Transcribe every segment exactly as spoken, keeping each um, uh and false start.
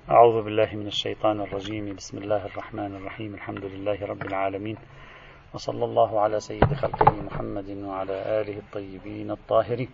أعوذ بالله من الشيطان الرجيم. بسم الله الرحمن الرحيم. الحمد لله رب العالمين، وصلى الله على سيد خلقه محمد وعلى آله الطيبين الطاهرين.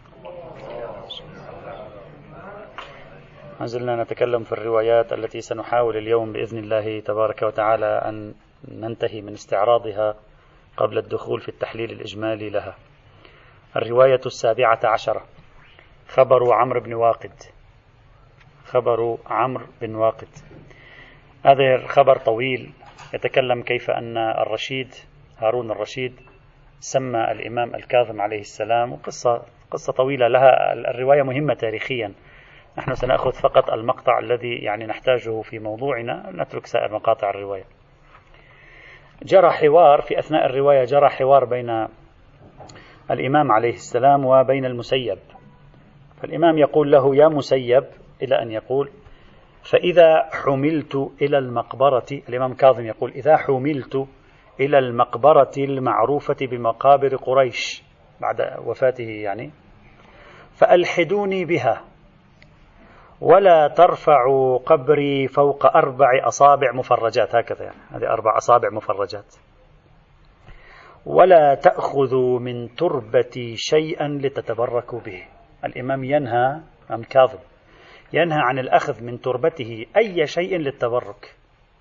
ما زلنا نتكلم في الروايات التي سنحاول اليوم بإذن الله تبارك وتعالى أن ننتهي من استعراضها قبل الدخول في التحليل الإجمالي لها. الرواية السابعة عشرة، خبر عمرو بن واقد. خبر عمرو بن واقد هذا خبر طويل يتكلم كيف أن الرشيد هارون الرشيد سمى الإمام الكاظم عليه السلام، وقصة قصة طويلة لها. الرواية مهمة تاريخيا. نحن سنأخذ فقط المقطع الذي يعني نحتاجه في موضوعنا، نترك سائر مقاطع الرواية. جرى حوار في أثناء الرواية، جرى حوار بين الإمام عليه السلام وبين المسيب. فالإمام يقول له: يا مسيب، إلى أن يقول: فإذا حملت إلى المقبرة. الإمام كاظم يقول: إذا حملت إلى المقبرة المعروفة بمقابر قريش بعد وفاته يعني، فألحدوني بها، ولا ترفعوا قبري فوق أربع أصابع مفرجات. هكذا يعني، هذه أربع أصابع مفرجات. ولا تأخذوا من تربتي شيئا لتتبركوا به. الإمام ينهى، الإمام كاظم ينهى عن الأخذ من تربته أي شيء للتبرك.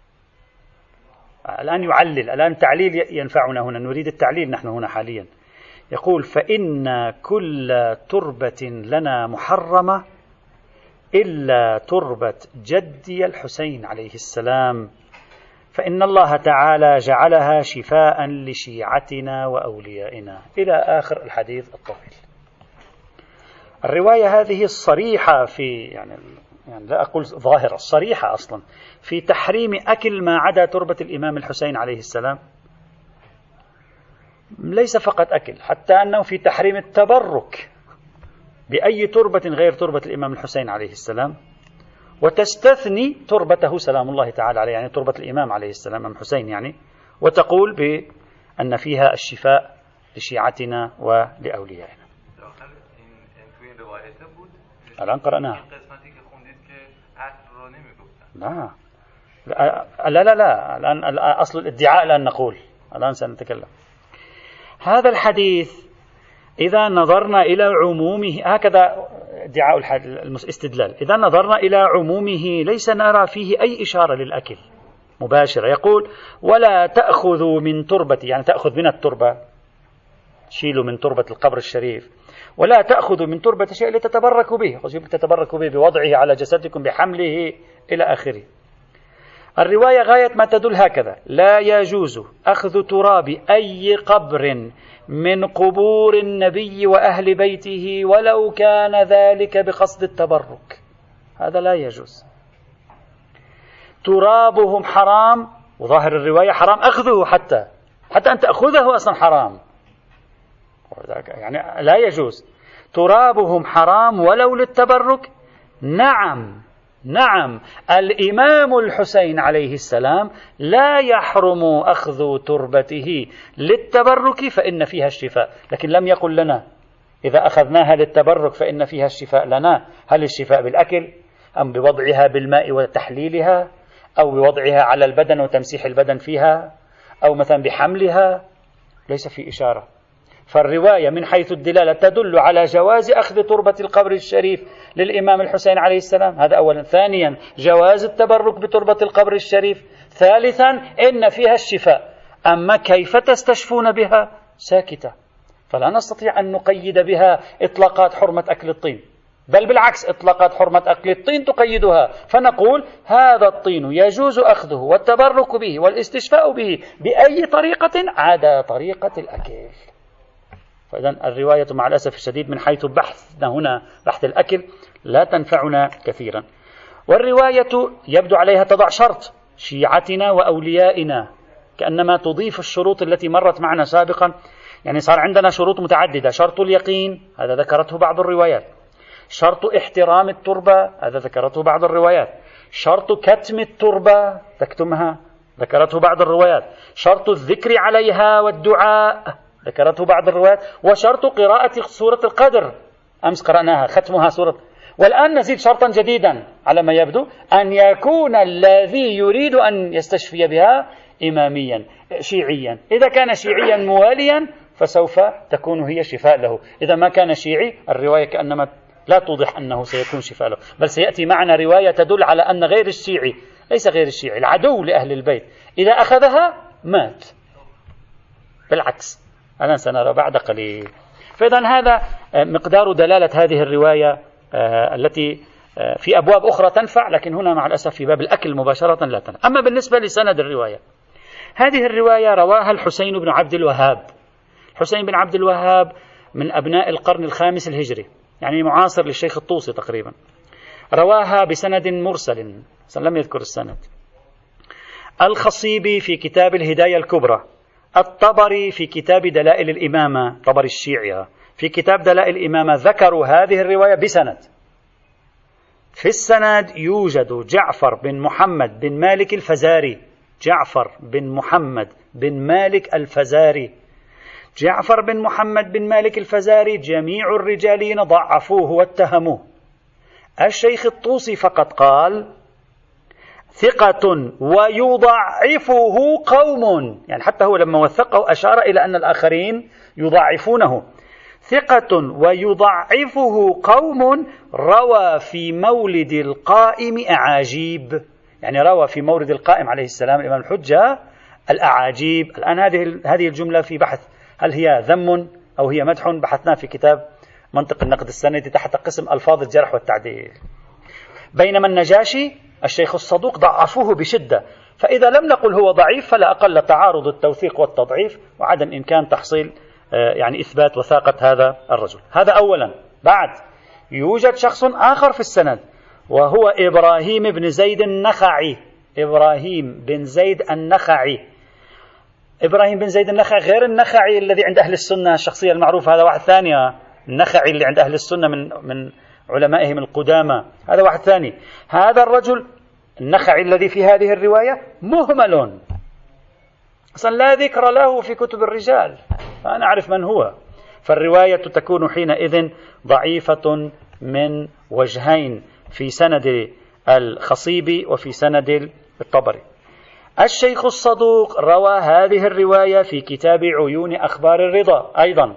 الآن يعلل، الآن تعليل ينفعنا هنا، نريد التعليل نحن هنا حاليا. يقول: فإن كل تربة لنا محرمة إلا تربة جدي الحسين عليه السلام، فإن الله تعالى جعلها شفاء لشيعتنا وأوليائنا، إلى آخر الحديث الطويل. الرواية هذه الصريحة في يعني, يعني لا أقول ظاهرة، الصريحة أصلا في تحريم أكل ما عدا تربة الإمام الحسين عليه السلام. ليس فقط أكل، حتى أنه في تحريم التبرك بأي تربة غير تربة الإمام الحسين عليه السلام، وتستثني تربته سلام الله تعالى عليه، يعني تربة الإمام عليه السلام الإمام الحسين يعني، وتقول بأن فيها الشفاء لشيعتنا ولأوليائنا. الآن قرأناها. لا لا لا, لا. الآن أصل الادعاء الآن نقول، الآن سنتكلم. هذا الحديث إذا نظرنا إلى عمومه، هكذا ادعاء الاستدلال، إذا نظرنا إلى عمومه ليس نرى فيه أي إشارة للأكل مباشرة. يقول: ولا تأخذوا من تربتي، يعني تأخذ من التربة، شيلوا من تربة القبر الشريف، ولا تأخذوا من تربة شيء لتتبركوا به، تتبركوا به بوضعه على جسدكم بحمله إلى آخره. الرواية غاية ما تدل هكذا: لا يجوز أخذ تراب أي قبر من قبور النبي وأهل بيته ولو كان ذلك بقصد التبرك. هذا لا يجوز. ترابهم حرام، وظاهر الرواية حرام أخذه، حتى حتى أن تأخذه أصلا حرام، يعني لا يجوز. ترابهم حرام ولو للتبرك. نعم نعم الإمام الحسين عليه السلام لا يحرم أخذ تربته للتبرك فإن فيها الشفاء، لكن لم يقل لنا إذا أخذناها للتبرك فإن فيها الشفاء لنا. هل الشفاء بالأكل أم بوضعها بالماء وتحليلها، أو بوضعها على البدن وتمسيح البدن فيها، أو مثلا بحملها؟ ليس في إشارة. فالرواية من حيث الدلالة تدل على جواز أخذ تربة القبر الشريف للإمام الحسين عليه السلام، هذا أولا. ثانيا جواز التبرك بتربة القبر الشريف. ثالثا إن فيها الشفاء. أما كيف تستشفون بها؟ ساكتة. فلا نستطيع أن نقيد بها إطلاقات حرمة أكل الطين، بل بالعكس، إطلاقات حرمة أكل الطين تقيدها. فنقول هذا الطين يجوز أخذه والتبرك به والاستشفاء به بأي طريقة عدا طريقة الأكل. فإذن الرواية مع الأسف الشديد من حيث بحثنا هنا بحث الأكل لا تنفعنا كثيرا. والرواية يبدو عليها تضع شرط: شيعتنا وأوليائنا، كأنما تضيف الشروط التي مرت معنا سابقا. يعني صار عندنا شروط متعددة: شرط اليقين، هذا ذكرته بعض الروايات; شرط احترام التربة، هذا ذكرته بعض الروايات; شرط كتم التربة، تكتمها، ذكرته بعض الروايات; شرط الذكر عليها والدعاء، ذكرته بعض الروايات; وشرط قراءة سورة القدر، أمس قرأناها، ختمها سورة. والآن نزيد شرطا جديدا على ما يبدو، أن يكون الذي يريد أن يستشفي بها إماميا شيعيا. إذا كان شيعيا مواليا فسوف تكون هي شفاء له، إذا ما كان شيعي الرواية كأنما لا توضح أنه سيكون شفاء له، بل سيأتي معنا رواية تدل على أن غير الشيعي، ليس غير الشيعي، العدو لأهل البيت إذا أخذها مات. بالعكس الآن سنرى بعد قليل. فإذا هذا مقدار دلالة هذه الرواية التي في أبواب أخرى تنفع، لكن هنا مع الأسف في باب الأكل مباشرة لا تنفع. أما بالنسبة لسند الرواية، هذه الرواية رواها الحسين بن عبد الوهاب. الحسين بن عبد الوهاب من أبناء القرن الخامس الهجري، يعني معاصر للشيخ الطوسي تقريبا. رواها بسند مرسل، لم يذكر السند. الخصيبي في كتاب الهداية الكبرى، الطبري في كتاب دلائل الإمامة، طبري الشيعي في كتاب دلائل الإمامة ذكروا هذه الرواية بسند. في السند يوجد جعفر بن محمد بن مالك الفزاري، جعفر بن محمد بن مالك الفزاري. جعفر بن محمد بن مالك الفزاري جميع الرجالين ضعفوه واتهموه. الشيخ الطوسي فقط قال ثقة ويضعفه قوم، يعني حتى هو لما وثقه أشار إلى أن الآخرين يضعفونه. ثقة ويضعفه قوم روى في مولد القائم أعاجيب، يعني روى في مولد القائم عليه السلام الإمام الحجة الأعاجيب. الآن هذه هذه الجملة في بحث، هل هي ذم أو هي مدح؟ بحثناه في كتاب منطق النقد السندي تحت قسم ألفاظ الجرح والتعديل. بينما النجاشي الشيخ الصدوق ضعفوه بشدة، فإذا لم نقل هو ضعيف فلا أقل تعارض التوثيق والتضعيف وعدم إمكان تحصيل يعني إثبات وثاقة هذا الرجل. هذا أولا. بعد يوجد شخص آخر في السند وهو إبراهيم بن زيد النخعي. إبراهيم بن زيد النخعي إبراهيم بن زيد النخعي غير النخعي الذي عند أهل السنة الشخصية المعروفة، هذا واحد ثاني. النخعي اللي عند أهل السنة من من علمائهم القدامى، هذا واحد ثاني. هذا الرجل النخعي الذي في هذه الرواية مهمل أصلا، لا ذكر له في كتب الرجال، فأنا أعرف من هو. فالرواية تكون حينئذ ضعيفة من وجهين، في سند الخصيبي وفي سند الطبري. الشيخ الصدوق روى هذه الرواية في كتاب عيون أخبار الرضا أيضا،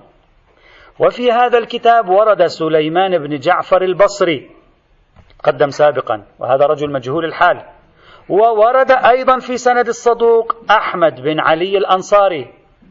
وفي هذا الكتاب ورد سليمان بن جعفر البصري قدم سابقا، وهذا رجل مجهول الحال. وورد أيضا في سند الصدوق أحمد بن علي الأنصاري،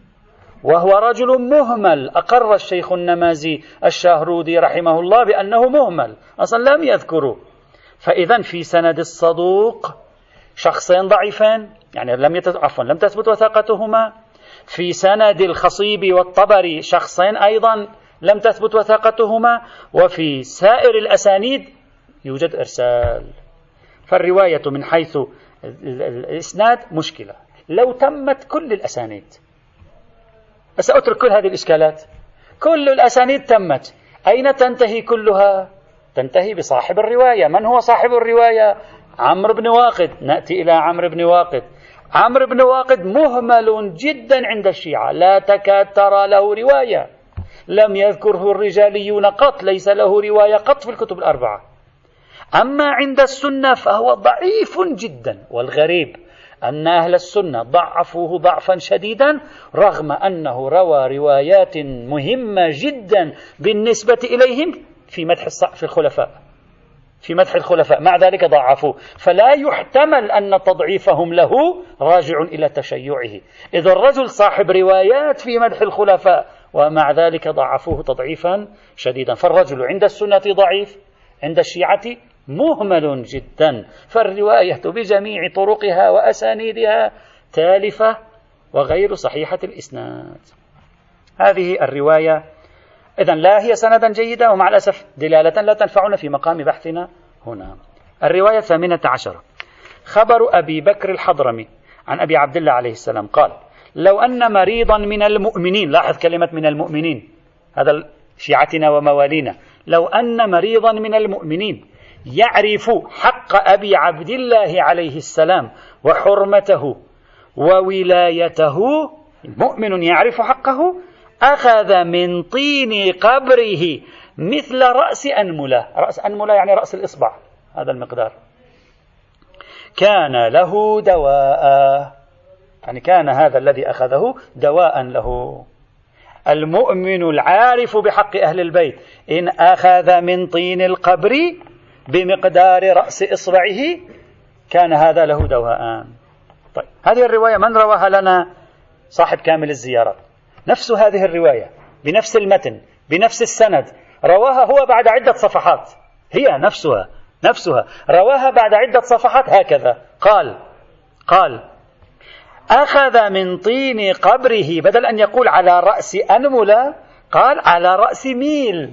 وهو رجل مهمل، أقر الشيخ النمازي الشاهرودي رحمه الله بأنه مهمل، أصلا لم يذكره. فإذا في سند الصدوق شخصين ضعيفين، يعني لم يت... عفوا لم تثبت وثاقتهما. في سند الخصيبي والطبري شخصين أيضا لم تثبت وثاقتهما. وفي سائر الأسانيد يوجد إرسال. فالرواية من حيث الإسناد مشكلة. لو تمت كل الأسانيد، سأترك كل هذه الإشكالات، كل الأسانيد تمت، أين تنتهي كلها؟ تنتهي بصاحب الرواية. من هو صاحب الرواية؟ عمرو بن واقد. نأتي إلى عمرو بن واقد. عمرو بن واقد مهمل جدا عند الشيعة، لا تكاد ترى له رواية، لم يذكره الرجاليون قط، ليس له رواية قط في الكتب الأربعة. أما عند السنة فهو ضعيف جدا، والغريب أن أهل السنة ضعفوه ضعفا شديدا رغم أنه روى روايات مهمة جدا بالنسبة إليهم في مدح في الخلفاء في مدح الخلفاء مع ذلك ضعفوه. فلا يحتمل أن تضعيفهم له راجع إلى تشيعه، إذا الرجل صاحب روايات في مدح الخلفاء ومع ذلك ضعفوه تضعيفا شديدا. فالرجل عند السنة ضعيف، عند الشيعة مهمل جدا. فالرواية بجميع طرقها وأسانيدها تالفة وغير صحيحة الإسناد. هذه الرواية إذن لا هي سندا جيدة، ومع الأسف دلالة لا تنفعنا في مقام بحثنا هنا. الرواية الثامنة عشرة، خبر أبي بكر الحضرمي عن أبي عبد الله عليه السلام قال: لو أن مريضا من المؤمنين، لاحظ كلمة من المؤمنين، هذا شيعتنا وموالينا، لو أن مريضا من المؤمنين يعرف حق أبي عبد الله عليه السلام وحرمته وولايته، مؤمن يعرف حقه، أخذ من طين قبره مثل رأس أنملة. رأس أنملة يعني رأس الإصبع، هذا المقدار. كان له دواء، يعني كان هذا الذي أخذه دواء له. المؤمن العارف بحق أهل البيت إن أخذ من طين القبر بمقدار رأس إصبعه كان هذا له دواء. طيب هذه الرواية من رواها لنا؟ صاحب كامل الزيارات، نفس هذه الرواية بنفس المتن بنفس السند رواها هو بعد عدة صفحات، هي نفسها نفسها رواها بعد عدة صفحات هكذا. قال قال أخذ من طين قبره، بدل أن يقول على رأس أنملة قال على رأس ميل.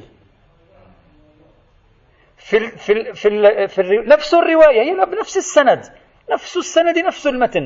في ال في ال في, ال في ال نفس الرواية، هي نفس السند نفس السند نفس المتن.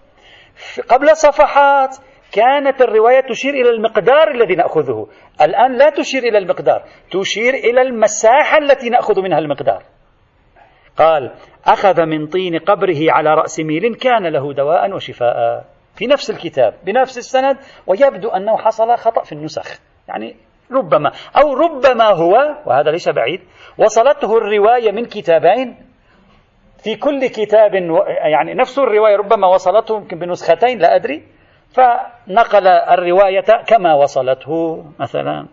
قبل صفحات كانت الرواية تشير إلى المقدار الذي نأخذه، الآن لا تشير إلى المقدار، تشير إلى المساحة التي نأخذ منها المقدار. قال أخذ من طين قبره على رأس ميل كان له دواء وشفاء، في نفس الكتاب بنفس السند، ويبدو أنه حصل خطأ في النسخ، يعني ربما أو ربما هو، وهذا ليس بعيد، وصلته الرواية من كتابين، في كل كتاب يعني نفس الرواية ربما وصلته يمكن بنسختين لا أدري، فنقل الرواية كما وصلته مثلا.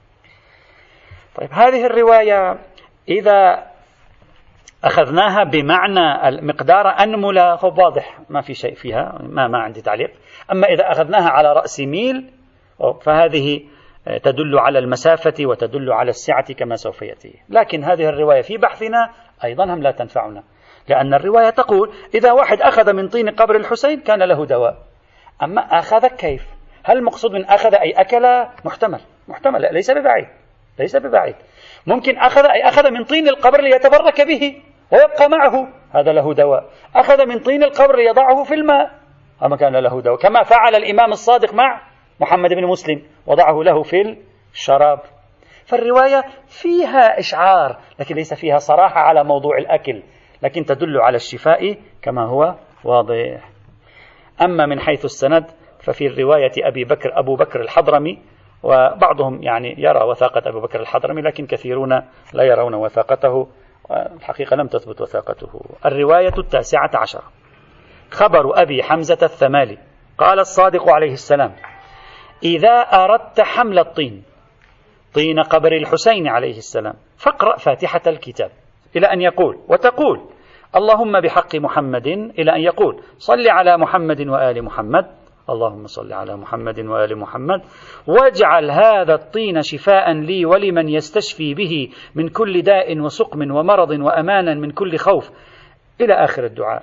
طيب هذه الرواية إذا أخذناها بمعنى المقدار أنملة فواضح ما في شيء فيها، ما ما عندي تعليق. أما إذا أخذناها على رأس ميل فهذه تدل على المسافة وتدل على السعة كما سوف يأتي. لكن هذه الرواية في بحثنا أيضا هم لا تنفعنا، لأن الرواية تقول إذا واحد أخذ من طين قبر الحسين كان له دواء. أما أخذ كيف؟ هل المقصود من أخذ أي أكل؟ محتمل محتمل ليس ببعيد ليس ببعيد ممكن أخذ أي أخذ من طين القبر ليتبرك به ويبقى معه، هذا له دواء. أخذ من طين القبر ليضعه في الماء، هذا كان له دواء، كما فعل الإمام الصادق مع محمد بن مسلم، وضعه له في الشراب. فالرواية فيها إشعار لكن ليس فيها صراحة على موضوع الأكل، لكن تدل على الشفاء كما هو واضح. أما من حيث السند ففي الرواية أبي بكر أبو بكر الحضرمي، وبعضهم يعني يرى وثاقة أبو بكر الحضرمي لكن كثيرون لا يرون وثاقته، الحقيقة لم تثبت وثاقته. الرواية التاسعة عشرة خبر أبي حمزة الثمالي قال الصادق عليه السلام إذا أردت حمل الطين طين قبر الحسين عليه السلام فاقرأ فاتحة الكتاب إلى أن يقول وتقول اللهم بحق محمد، إلى أن يقول صل على محمد وآل محمد، اللهم صل على محمد وآل محمد، واجعل هذا الطين شفاء لي ولمن يستشفي به من كل داء وسقم ومرض وأمانا من كل خوف، إلى آخر الدعاء.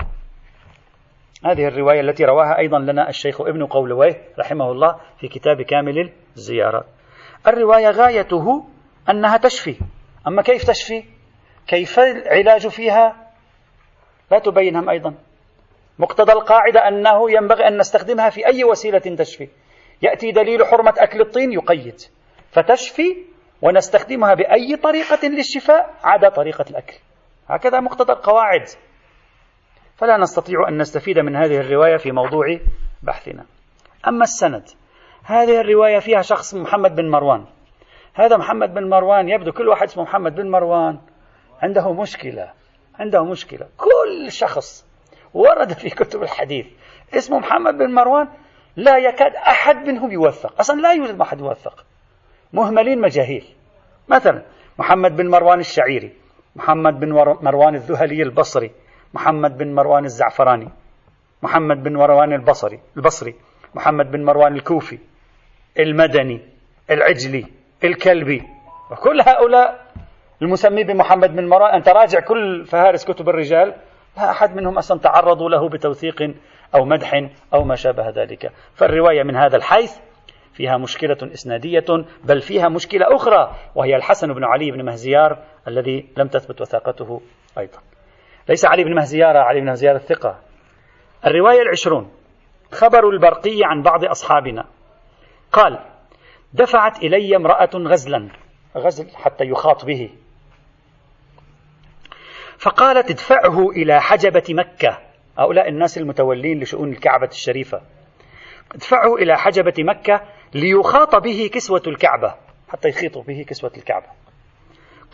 هذه الرواية التي رواها أيضا لنا الشيخ ابن قولويه رحمه الله في كتاب كامل الزيارات. الرواية غايته أنها تشفي، أما كيف تشفي؟ كيف العلاج فيها؟ لا تبينهم أيضا. مقتضى القاعدة أنه ينبغي أن نستخدمها في أي وسيلة تشفي. يأتي دليل حرمة أكل الطين يقيد، فتشفي ونستخدمها بأي طريقة للشفاء عدا طريقة الأكل، هكذا مقتضى القواعد. فلا نستطيع أن نستفيد من هذه الرواية في موضوع بحثنا. أما السند، هذه الرواية فيها شخص محمد بن مروان. هذا محمد بن مروان يبدو كل واحد اسمه محمد بن مروان عنده مشكلة عنده مشكلة كل شخص ورد في كتب الحديث اسمه محمد بن مروان لا يكاد أحد منهم يوثق، أصلا لا يوجد أحد يوثق، مهملين مجاهيل. مثلا محمد بن مروان الشعيري، محمد بن مروان الذهلي البصري، محمد بن مروان الزعفراني، محمد بن مروان البصري البصري محمد بن مروان الكوفي، المدني، العجلي، الكلبي، وكل هؤلاء المسمي بمحمد بن مروان أنت راجع كل فهارس كتب الرجال لا أحد منهم أصلا تعرضوا له بتوثيق أو مدح أو ما شابه ذلك. فالرواية من هذا الحيث فيها مشكلة إسنادية، بل فيها مشكلة أخرى وهي الحسن بن علي بن مهزيار الذي لم تثبت وثاقته أيضا. ليس علي بن مهزيار علي بن مهزيار الثقة. الرواية العشرون خبر البرقي عن بعض أصحابنا قال دفعت إلي امرأة غزلا، غزل حتى يخاط به، فقالت ادفعه إلى حجبة مكة، هؤلاء الناس المتولين لشؤون الكعبة الشريفة، ادفعه إلى حجبة مكة ليخاط به كسوة الكعبة، حتى يخيط به كسوة الكعبة.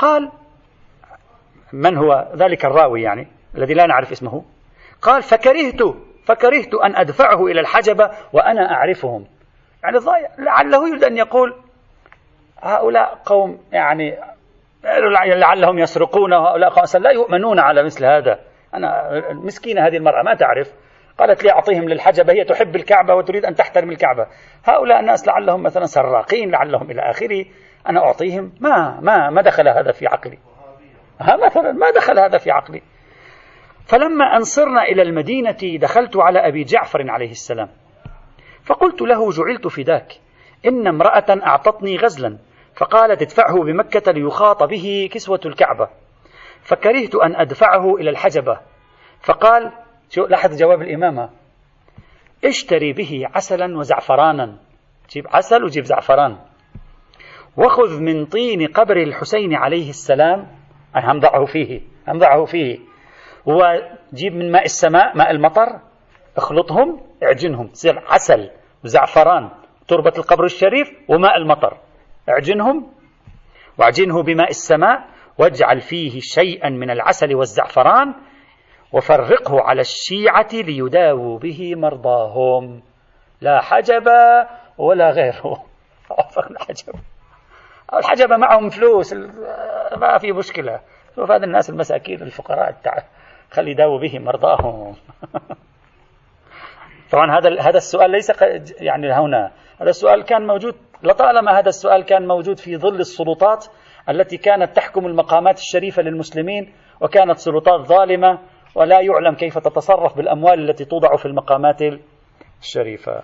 قال: من هو ذلك الراوي يعني الذي لا نعرف اسمه؟ قال: فكرهت فكرهت أن أدفعه إلى الحجبة وأنا أعرفهم. يعني لعله يريد أن يقول هؤلاء قوم يعني لعلهم يسرقون، وهؤلاء قوم لا يؤمنون على مثل هذا. أنا مسكينة هذه المرأة ما تعرف، قالت لي أعطيهم للحجبة، هي تحب الكعبة وتريد أن تحترم الكعبة. هؤلاء الناس لعلهم مثلا سراقين، لعلهم إلى آخره، أنا أعطيهم. ما ما ما دخل هذا في عقلي، ها مثلا ما دخل هذا في عقلي. فلما أنصرنا إلى المدينة دخلت على أبي جعفر عليه السلام فقلت له: جعلت فداك، إن امرأة أعطتني غزلا فقالت ادفعه بمكة ليخاط به كسوة الكعبة، فكرهت أن أدفعه إلى الحجبة. فقال: شو لاحظ جواب الإمامة: اشتري به عسلا وزعفرانا، جيب عسل وجيب زعفران، وخذ من طين قبر الحسين عليه السلام، هم ضعه فيه هم ضعه فيه وجيب من ماء السماء ماء المطر، اخلطهم اعجنهم، تصير عسل وزعفران تربة القبر الشريف وماء المطر، اعجنهم واعجنه بماء السماء، واجعل فيه شيئا من العسل والزعفران وفرقه على الشيعة ليداووا به مرضاهم. لا حجب ولا غيره. الحجب الحجب معهم فلوس، ما في مشكلة. شوف هذا الناس المساكين الفقراء خلي يداووا به مرضاهم. طبعا هذا هذا السؤال ليس يعني هنا، هذا السؤال كان موجود لطالما هذا السؤال كان موجود في ظل السلطات التي كانت تحكم المقامات الشريفة للمسلمين، وكانت سلطات ظالمة ولا يعلم كيف تتصرف بالأموال التي توضع في المقامات الشريفة.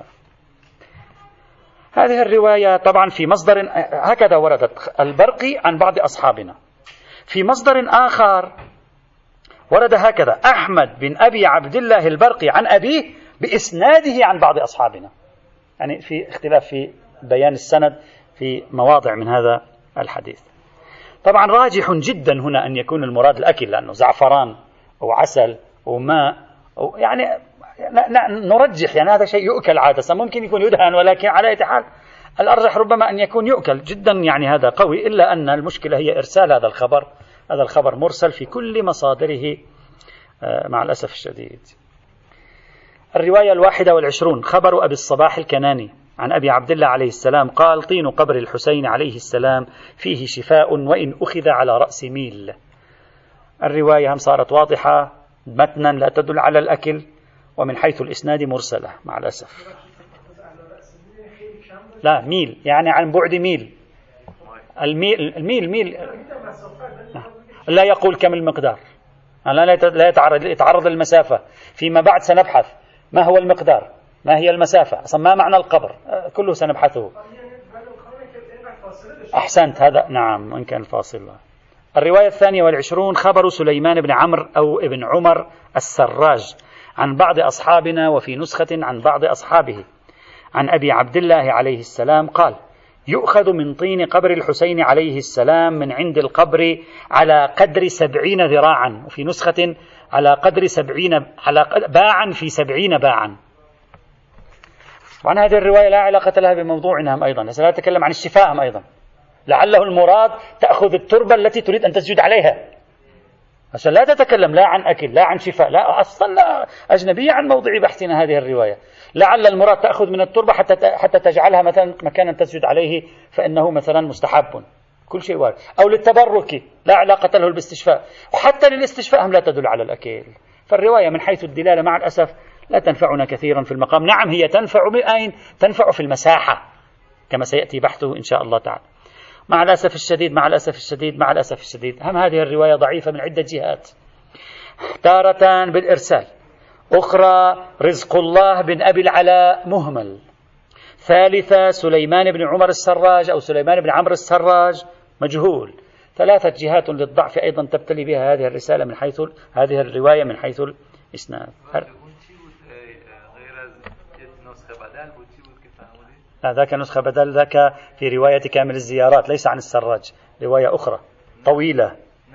هذه الرواية طبعا في مصدر هكذا وردت البرقي عن بعض أصحابنا. في مصدر آخر ورد هكذا: أحمد بن أبي عبد الله البرقي عن أبيه بإسناده عن بعض أصحابنا. يعني في اختلاف في بيان السند في مواضع من هذا الحديث. طبعا راجح جدا هنا أن يكون المراد الأكل، لأنه زعفران وعسل وماء، يعني نرجح يعني هذا شيء يؤكل عادة، ممكن يكون يدهن، ولكن على أي حال الأرجح ربما أن يكون يؤكل جدا، يعني هذا قوي. إلا أن المشكلة هي إرسال هذا الخبر، هذا الخبر مرسل في كل مصادره مع الأسف الشديد. الرواية الواحدة والعشرون خبر أبي الصباح الكناني عن أبي عبد الله عليه السلام قال: طين قبر الحسين عليه السلام فيه شفاء وإن أخذ على رأس ميل. الرواية هم صارت واضحة متنا لا تدل على الأكل، ومن حيث الإسناد مرسلة مع الأسف. لا ميل يعني عن بعد ميل، الميل الميل ميل لا يقول كم المقدار، لا يتعرض يتعرض للمسافة. فيما بعد سنبحث ما هو المقدار، ما هي المسافة، أصلا ما معنى القبر، كله سنبحثه. أحسنت، هذا نعم إن كان الفاصل. الرواية الثانية والعشرون خبر سليمان بن عمرو أو ابن عمر السراج عن بعض أصحابنا، وفي نسخة عن بعض أصحابه، عن أبي عبد الله عليه السلام قال: يؤخذ من طين قبر الحسين عليه السلام من عند القبر على قدر سبعين ذراعا، وفي نسخة على قدر سبعين على باعا في سبعين باعا. وعن هذه الرواية لا علاقة لها بموضوعنا أيضا، لا أتكلم عن الشفاء أيضا، لعله المراد تأخذ التربة التي تريد أن تسجد عليها، عشان لا تتكلم لا عن أكل لا عن شفاء، لا أصلا لا أجنبية عن موضع بحثنا هذه الرواية. لعل المراد تأخذ من التربة حتى حتى تجعلها مثلا مكانا تسجد عليه، فإنه مثلا مستحب، كل شيء وارد، أو للتبرك لا علاقة له بالاستشفاء، وحتى للاستشفاء هم لا تدل على الأكل. فالرواية من حيث الدلالة مع الأسف لا تنفعنا كثيرا في المقام. نعم هي تنفع بأين؟ تنفع في المساحة كما سيأتي بحثه إن شاء الله تعالى. مع الأسف الشديد مع الأسف الشديد مع الأسف الشديد هم هذه الرواية ضعيفة من عدة جهات، تارة بالإرسال، أخرى رزق الله بن أبي العلاء مهمل، ثالثة سليمان بن عمر السراج أو سليمان بن عمرو السراج مجهول. ثلاثة جهات للضعف أيضا تبتلي بها هذه الرسالة من حيث هذه الرواية من حيث الإسناد. لا ذاك نسخة بدل، ذاك في رواية كامل الزيارات ليس عن السراج، رواية أخرى طويلة.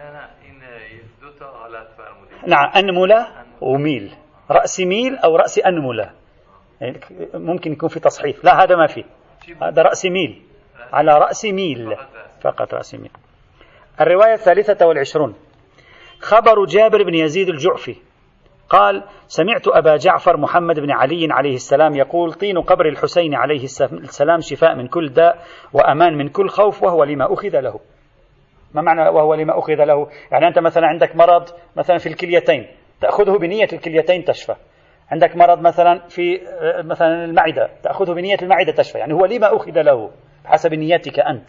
نعم أنملة وميل، رأس ميل أو رأس أنملة، يعني ممكن يكون في تصحيف، لا هذا ما فيه، هذا رأس ميل على رأس ميل فقط، رأس ميل. الرواية الثالثة والعشرون خبر جابر بن يزيد الجعفي قال سمعت أبا جعفر محمد بن علي عليه السلام يقول طين قبر الحسين عليه السلام شفاء من كل داء وأمان من كل خوف وهو لما أخذ له. ما معنى وهو لما أخذ له؟ يعني أنت مثلا عندك مرض مثلا في الكليتين تأخذه بنية الكليتين تشفى، عندك مرض مثلا في مثلا المعدة تأخذه بنية المعدة تشفى، يعني هو لما أخذ له بحسب نيتك أنت.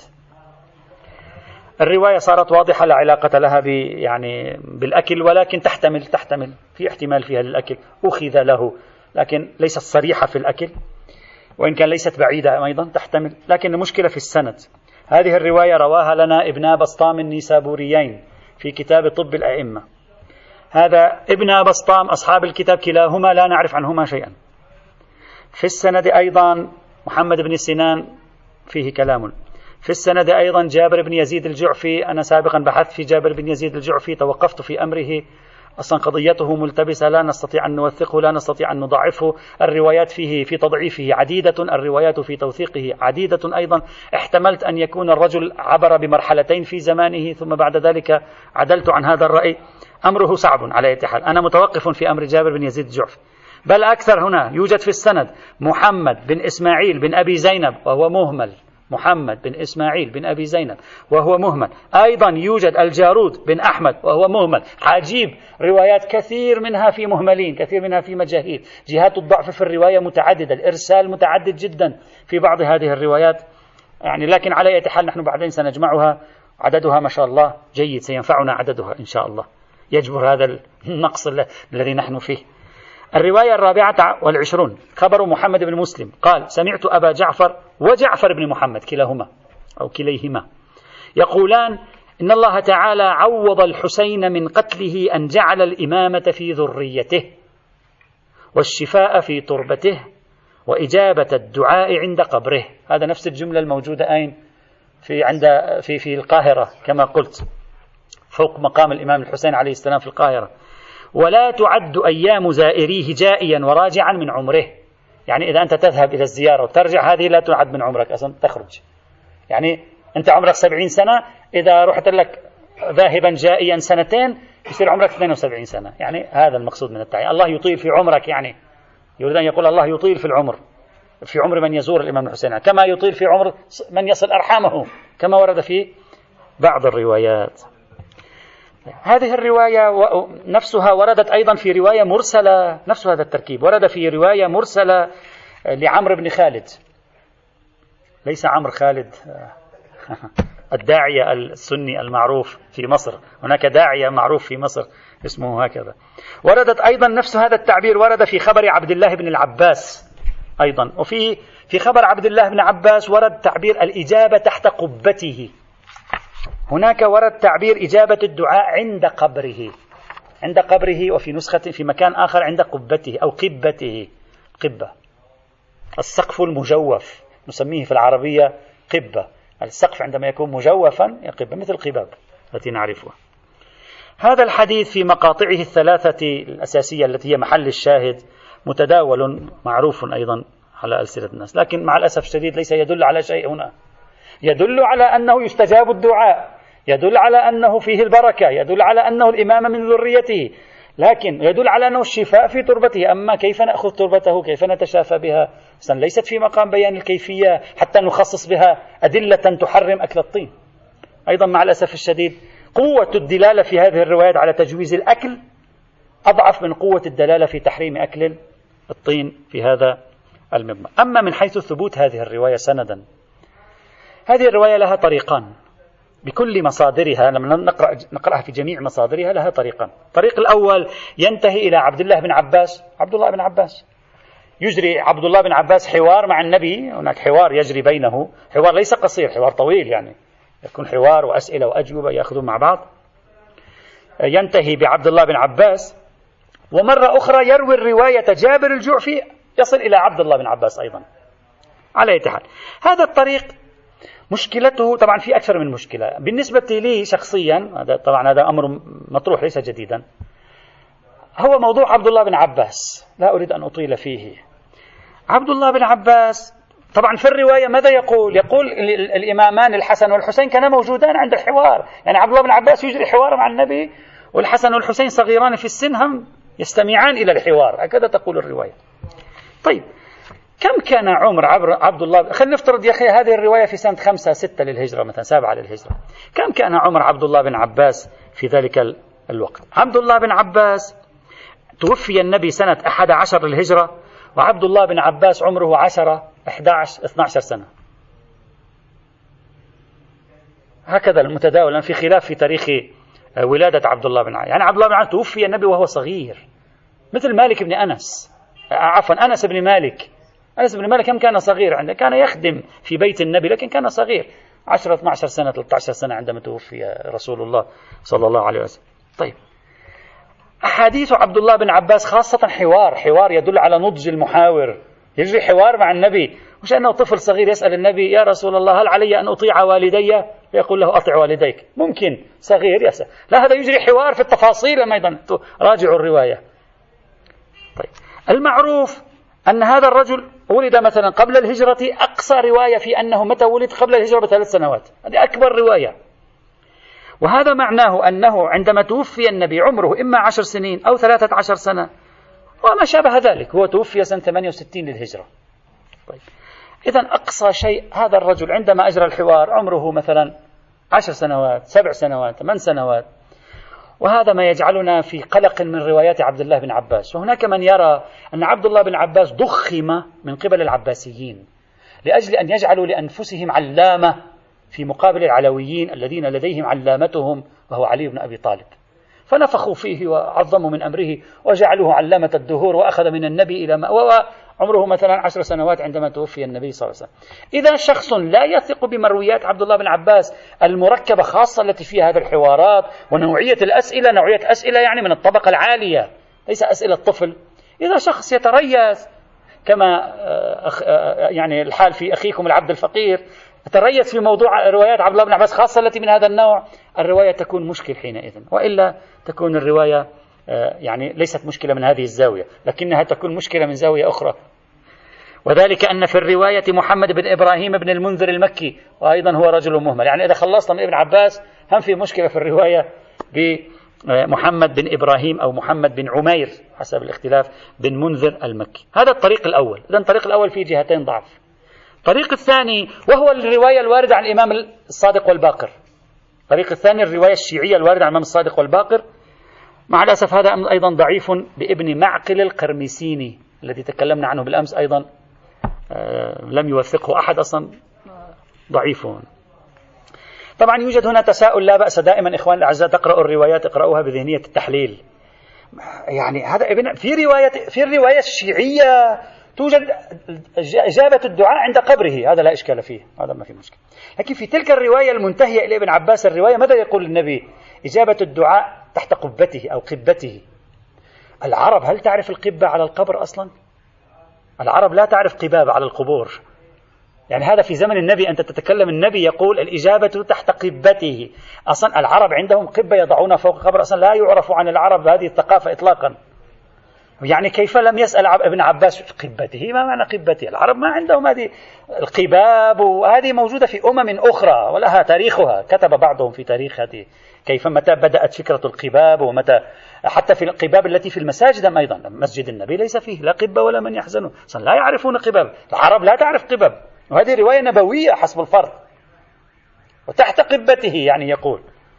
الرواية صارت واضحة لا علاقة لها ب يعني بالأكل، ولكن تحتمل تحتمل في احتمال فيها للأكل أخذ له، لكن ليست صريحة في الأكل، وإن كان ليست بعيدة أيضا تحتمل، لكن المشكلة في السند. هذه الرواية رواها لنا ابن بسطام النيسابوريين في كتاب طب الأئمة. هذا ابن بسطام أصحاب الكتاب كلاهما لا نعرف عنهما شيئا. في السند أيضا محمد بن سنان فيه كلام. في السند أيضا جابر بن يزيد الجعفي، أنا سابقا بحثت في جابر بن يزيد الجعفي توقفت في أمره، أصلا قضيته ملتبسة لا نستطيع أن نوثقه لا نستطيع أن نضعفه، الروايات فيه في تضعيفه عديدة، الروايات في توثيقه عديدة أيضا. احتملت أن يكون الرجل عبر بمرحلتين في زمانه ثم بعد ذلك عدلت عن هذا الرأي. أمره صعب على أي حال، أنا متوقف في أمر جابر بن يزيد الجعفي. بل أكثر هنا يوجد في السند محمد بن إسماعيل بن أبي زينب وهو مهمل، محمد بن إسماعيل بن أبي زينب وهو مهمل. أيضا يوجد الجارود بن أحمد وهو مهمل. عجيب، روايات كثير منها في مهملين، كثير منها في مجاهيل. جهات الضعف في الرواية متعددة، الإرسال متعدد جدا في بعض هذه الروايات يعني، لكن على أي حال نحن بعدين سنجمعها، عددها ما شاء الله جيد، سينفعنا عددها إن شاء الله، يجبر هذا النقص الذي نحن فيه. الرواية الرابعة والعشرون خبر محمد بن مسلم قال سمعت أبا جعفر وجعفر بن محمد كلاهما أو كليهما يقولان إن الله تعالى عوض الحسين من قتله أن جعل الإمامة في ذريته والشفاء في تربته وإجابة الدعاء عند قبره. هذا نفس الجملة الموجودة أين في عند في في القاهرة كما قلت، فوق مقام الإمام الحسين عليه السلام في القاهرة. ولا تعد أيام زائريه جائيا وراجعا من عمره، يعني إذا أنت تذهب إلى الزيارة وترجع هذه لا تعد من عمرك أصلا، تخرج. يعني أنت عمرك سبعين سنة، إذا رحت لك ذاهبا جائيا سنتين يصير عمرك اثنين وسبعين سنة، يعني هذا المقصود من التعيين. الله يطيل في عمرك، يعني يريد أن يقول الله يطيل في العمر، في عمر من يزور الإمام الحسين كما يطيل في عمر من يصل أرحامه كما ورد في بعض الروايات. هذه الرواية نفسها وردت أيضا في رواية مرسلة، نفس هذا التركيب ورد في رواية مرسلة لعمرو بن خالد، ليس عمرو خالد الداعية السني المعروف في مصر، هناك داعية معروف في مصر اسمه هكذا. وردت أيضا نفس هذا التعبير ورد في خبر عبد الله بن العباس أيضا. وفي في خبر عبد الله بن عباس ورد تعبير الإجابة تحت قبته، هناك ورد تعبير إجابة الدعاء عند قبره، عند قبره، وفي نسخة في مكان آخر عند قبته أو قبته. قبة السقف المجوف نسميه في العربية قبة، السقف عندما يكون مجوفا قبة مثل القباب التي نعرفها. هذا الحديث في مقاطعه الثلاثة الأساسية التي هي محل الشاهد متداول معروف أيضا على ألسنة الناس، لكن مع الأسف الشديد ليس يدل على شيء هنا. يدل على أنه يستجاب الدعاء، يدل على أنه فيه البركة، يدل على أنه الإمام من ذريته، لكن يدل على أنه الشفاء في تربته. أما كيف نأخذ تربته، كيف نتشافى بها، ليست في مقام بيان الكيفية حتى نخصص بها أدلة تحرم أكل الطين. أيضا مع الأسف الشديد قوة الدلالة في هذه الروايات على تجويز الأكل أضعف من قوة الدلالة في تحريم أكل الطين في هذا المضمار. أما من حيث ثبوت هذه الرواية سندا، هذه الرواية لها طريقان بكل مصادرها، لما نقرأ نقرأها في جميع مصادرها لها طريقان. الطريق الأول ينتهي إلى عبد الله بن عباس، عبد الله بن عباس يجري عبد الله بن عباس حوار مع النبي، هناك حوار يجري بينه، حوار ليس قصير، حوار طويل، يعني يكون حوار وأسئلة وأجوبة يأخذون مع بعض. ينتهي بعبد الله بن عباس، ومرة أخرى يروي الرواية جابر الجعفي يصل إلى عبد الله بن عباس أيضا. على أي حال هذا الطريق مشكلته طبعا في أكثر من مشكلة. بالنسبة لي شخصيا، هذا طبعا هذا أمر مطروح ليس جديدا، هو موضوع عبد الله بن عباس، لا أريد أن أطيل فيه. عبد الله بن عباس طبعا في الرواية ماذا يقول؟ يقول الإمامان الحسن والحسين كانا موجودان عند الحوار، يعني عبد الله بن عباس يجري حوار مع النبي والحسن والحسين صغيران في السن هم يستمعان إلى الحوار، هكذا تقول الرواية. طيب كم كان عمر عبد الله؟ خلينا نفترض يا أخي هذه الرواية في سنة خمسة ستة للهجرة مثلا، سابعة للهجرة. كم كان عمر عبد الله بن عباس في ذلك الوقت؟ عبد الله بن عباس توفي النبي سنة أحد عشر للهجرة، وعبد الله بن عباس عمره عشرة أحد عشر اثني عشر سنة، هكذا المتداول في خلاف في تاريخ ولادة عبد الله بن عباس. يعني عبد الله بن عباس توفي النبي وهو صغير، مثل مالك بن أنس، عفوا أنس بن مالك. أنس بن مالك كم كان صغير عنده، كان يخدم في بيت النبي لكن كان صغير، عشرة اثني عشر سنة ثلاثة عشر سنة عندما توفي رسول الله صلى الله عليه وسلم. طيب أحاديث عبد الله بن عباس خاصة حوار حوار يدل على نضج المحاور، يجري حوار مع النبي، مش أنه طفل صغير يسأل النبي يا رسول الله هل علي أن أطيع والدي؟ يقول له أطع والديك. ممكن صغير يسأل، لا هذا يجري حوار في التفاصيل أيضا، راجعوا الرواية. طيب المعروف أن هذا الرجل ولد مثلا قبل الهجرة، أقصى رواية في أنه متى ولد قبل الهجرة بثلاث سنوات، هذه أكبر رواية. وهذا معناه أنه عندما توفي النبي عمره إما عشر سنين أو ثلاثة عشر سنة وما شابه ذلك، هو توفي سنة ثمانية وستين للهجرة. طيب إذن أقصى شيء هذا الرجل عندما أجرى الحوار عمره مثلا عشر سنوات سبع سنوات ثمان سنوات، وهذا ما يجعلنا في قلق من روايات عبد الله بن عباس. وهناك من يرى أن عبد الله بن عباس ضخم من قبل العباسيين لأجل أن يجعلوا لأنفسهم علامة في مقابل العلويين الذين لديهم علامتهم وهو علي بن أبي طالب، فنفخوا فيه وعظموا من أمره وجعلوه علامة الدهور، وأخذ من النبي إلى ما وعمره مثلا عشر سنوات عندما توفي النبي صلى الله عليه وسلم. إذا شخص لا يثق بمرويات عبد الله بن عباس المركبة خاصة التي فيها هذه الحوارات ونوعية الأسئلة، نوعية أسئلة يعني من الطبقة العالية ليس أسئلة طفل، إذا شخص يتريث كما يعني الحال في أخيكم العبد الفقير تريث في موضوع روايات عبد الله بن عباس خاصة التي من هذا النوع، الرواية تكون مشكل حينئذ، وإلا تكون الرواية يعني ليست مشكلة من هذه الزاوية، لكنها تكون مشكلة من زاوية أخرى. وذلك أن في الرواية محمد بن إبراهيم بن المنذر المكي، وأيضا هو رجل مهمل، يعني إذا خلصنا من ابن عباس هم في مشكلة في الرواية بمحمد بن إبراهيم أو محمد بن عمير حسب الاختلاف بن منذر المكي. هذا الطريق الأول. إذن الطريق الأول فيه جهتين ضعف. الطريق الثاني وهو الرواية الواردة عن الإمام الصادق والباقر. الطريق الثاني الرواية الشيعية الواردة عن الإمام الصادق والباقر، مع الأسف هذا أيضا ضعيف بابن معقل القرمسيني الذي تكلمنا عنه بالأمس، أيضا لم يوثقه أحد أصلا، ضعيف. طبعا يوجد هنا تساؤل لا بأس دائما إخوان الأعزاء تقرأوا الروايات اقرأوها بذهنية التحليل. يعني هذا ابن في رواية في الرواية الشيعية توجد إجابة الدعاء عند قبره، هذا لا إشكال فيه، هذا ما في مشكلة. لكن في تلك الرواية المنتهية إلى ابن عباس الرواية ماذا يقول النبي؟ إجابة الدعاء تحت قبته أو قبته. العرب هل تعرف القبة على القبر أصلا؟ العرب لا تعرف قباب على القبور. يعني هذا في زمن النبي أنت تتكلم، النبي يقول الإجابة تحت قبته. أصلا العرب عندهم قبة يضعونها فوق القبر، أصلا لا يعرف عن العرب هذه الثقافة إطلاقا. يعني كيف لم يسأل ابن عباس قبته؟ ما معنى قبته؟ العرب ما عندهم هذه القباب، وهذه موجودة في أمم أخرى ولها تاريخها، كتب بعضهم في تاريخ هذه كيف متى بدأت فكرة القباب، ومتى حتى في القباب التي في المساجد أيضا. مسجد النبي ليس فيه لا قبة ولا من يحزنه، أصلا لا يعرفون قباب، العرب لا تعرف قباب، وهذه رواية نبوية حسب الفرض. وتحت قبته يعني يقول.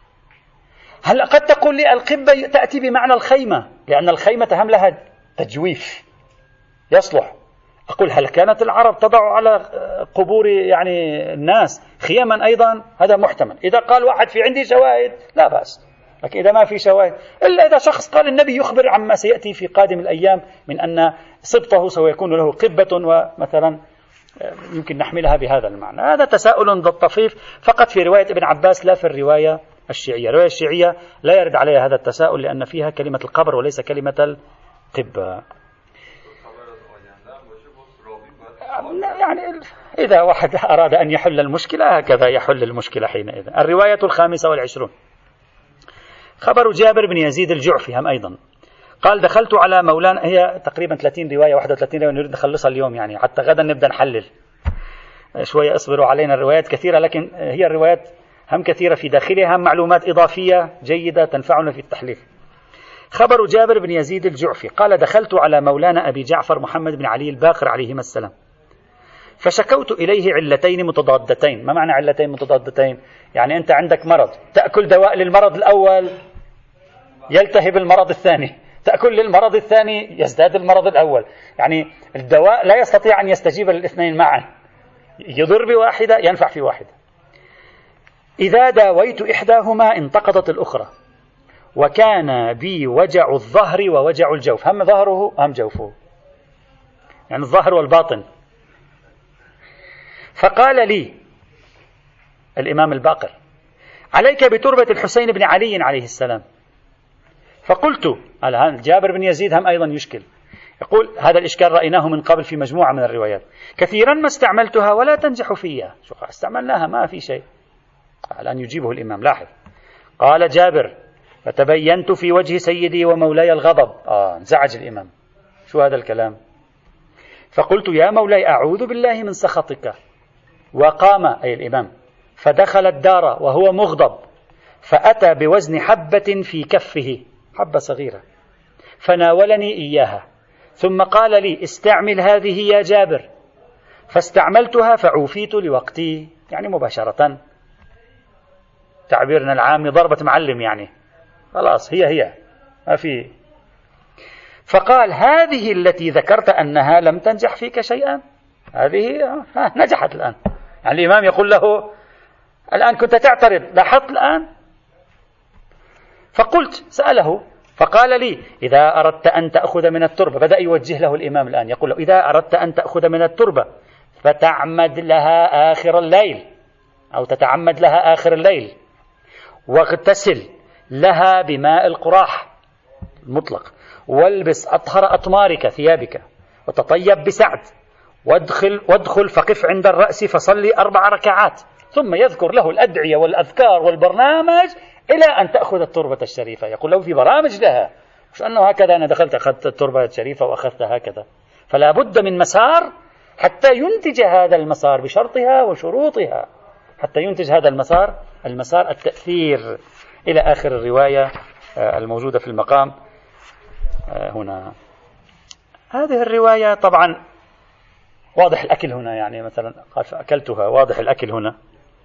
هل قد تقول لي القبة تأتي بمعنى الخيمة لأن الخيمة هم لها تجويف يصلح. أقول هل كانت العرب تضع على قبور يعني الناس خيما أيضا؟ هذا محتمل. إذا قال واحد في عندي شواهد لا بأس، لكن إذا ما في شواهد، إلا إذا شخص قال النبي يخبر عما سيأتي في قادم الأيام من أن سبطه سيكون له قبة ومثلا يمكن نحملها بهذا المعنى. هذا تساؤل ضطفيف فقط في رواية ابن عباس لا في الرواية الشيعية. الرواية الشيعية لا يرد عليها هذا التساؤل لأن فيها كلمة القبر وليس كلمة القبة. يعني إذا واحد أراد أن يحل المشكلة هكذا يحل المشكلة حينئذ. الرواية الخامسة والعشرون خبر جابر بن يزيد الجعفي هم أيضا قال دخلت على مولانا، هي تقريبا ثلاثين رواية واحد وثلاثين رواية نريد نخلصها اليوم يعني حتى غدا نبدأ نحلل. شوية اصبروا علينا، الروايات كثيرة، لكن هي الروايات هم كثيرة في داخلها، هم معلومات إضافية جيدة تنفعنا في التحليل. خبر جابر بن يزيد الجعفي قال: دخلت على مولانا أبي جعفر محمد بن علي الباقر عليهما السلام، فشكوت إليه علتين متضادتين. ما معنى علتين متضادتين؟ يعني أنت عندك مرض، تأكل دواء للمرض الأول يلتهب المرض الثاني، تأكل للمرض الثاني يزداد المرض الأول، يعني الدواء لا يستطيع أن يستجيب للاثنين معا، يضر بواحدة ينفع في واحدة. إذا داويت إحداهما انتقضت الأخرى، وكان بي وجع الظهر ووجع الجوف، هم ظهره هم جوفه، يعني الظهر والباطن. فقال لي الإمام الباقر: عليك بتربة الحسين بن علي عليه السلام. فقلت، الآن جابر بن يزيد هم أيضا يشكل، يقول: هذا الإشكال رأيناه من قبل في مجموعة من الروايات، كثيرا ما استعملتها ولا تنجح فيها. شو استعملناها ما في شيء. الآن يجيبه الإمام، لاحظ، قال جابر: فتبينت في وجه سيدي ومولاي الغضب. آه انزعج الإمام، شو هذا الكلام؟ فقلت: يا مولاي أعوذ بالله من سخطك. وقام أي الإمام فدخل الدار وهو مغضب، فأتى بوزن حبة في كفه، حبة صغيرة، فناولني إياها، ثم قال لي: استعمل هذه يا جابر. فاستعملتها فعوفيت لوقتي، يعني مباشرة، تعبيرنا العامي ضربة معلم، يعني خلاص هي هي ما في. فقال: هذه التي ذكرت أنها لم تنجح فيك شيئا، هذه ها نجحت الآن. يعني الإمام يقول له: الآن كنت تعترض، لاحظت الآن؟ فقلت، سأله فقال لي: إذا أردت أن تأخذ من التربة، بدأ يوجه له الإمام الآن، يقول له: إذا أردت أن تأخذ من التربة فتعمد لها آخر الليل، أو تتعمد لها آخر الليل، واغتسل لها بماء القراح المطلق، والبس أطهر أطمارك ثيابك، وتطيب بسعد، وادخل, وادخل فقف عند الرأس فصلي أربع ركعات. ثم يذكر له الأدعية والأذكار والبرنامج إلى أن تأخذ التربة الشريفة. يقول له في برامج لها، مش أنه هكذا أنا دخلت أخذت التربة الشريفة وأخذت هكذا. فلا بد من مسار حتى ينتج هذا المسار بشرطها وشروطها، حتى ينتج هذا المسار المسار التأثير إلى آخر الرواية الموجودة في المقام هنا. هذه الرواية طبعا واضح الأكل هنا، يعني مثلا قال فأكلتها، واضح الأكل هنا،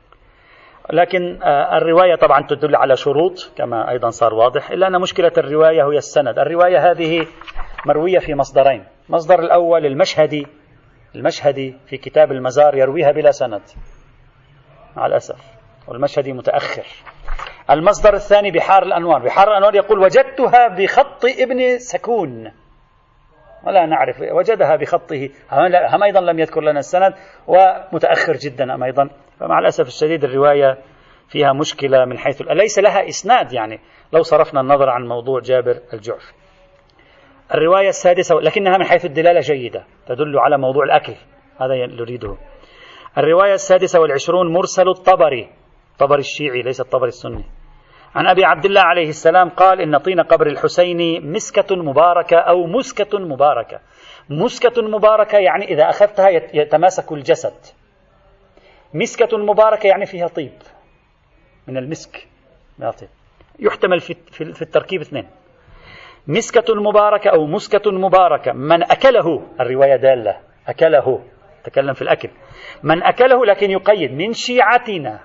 لكن الرواية طبعا تدل على شروط كما أيضا صار واضح، إلا أن مشكلة الرواية هي السند. الرواية هذه مروية في مصدرين، مصدر الأول المشهدي المشهدي في كتاب المزار يرويها بلا سند مع الأسف، والمشهدي متأخر. المصدر الثاني بحار الأنوار، بحار الأنوار يقول: وجدتها بخط ابن سكون، ولا نعرف وجدها بخطه، هم أيضا لم يذكر لنا السند، ومتأخر جدا أم أيضا. فمع الأسف الشديد الرواية فيها مشكلة من حيث ليس لها إسناد، يعني لو صرفنا النظر عن موضوع جابر الجعفي. الرواية السادسة، لكنها من حيث الدلالة جيدة، تدل على موضوع الأكل، هذا نريده. الرواية السادسة والعشرون مرسل الطبري، طبري الشيعي ليس الطبري السني، عن أبي عبد الله عليه السلام قال: إن طين قبر الحسين مسكة مباركة أو مسكة مباركة. مسكة مباركة يعني إذا أخذتها يتماسك الجسد، مسكة مباركة يعني فيها طيب من المسك، يحتمل في, في, في التركيب اثنين. مسكة مباركة أو مسكة مباركة، من أكله، الرواية دالة أكله، تكلم في الأكل، من أكله، لكن يقيد من شيعتنا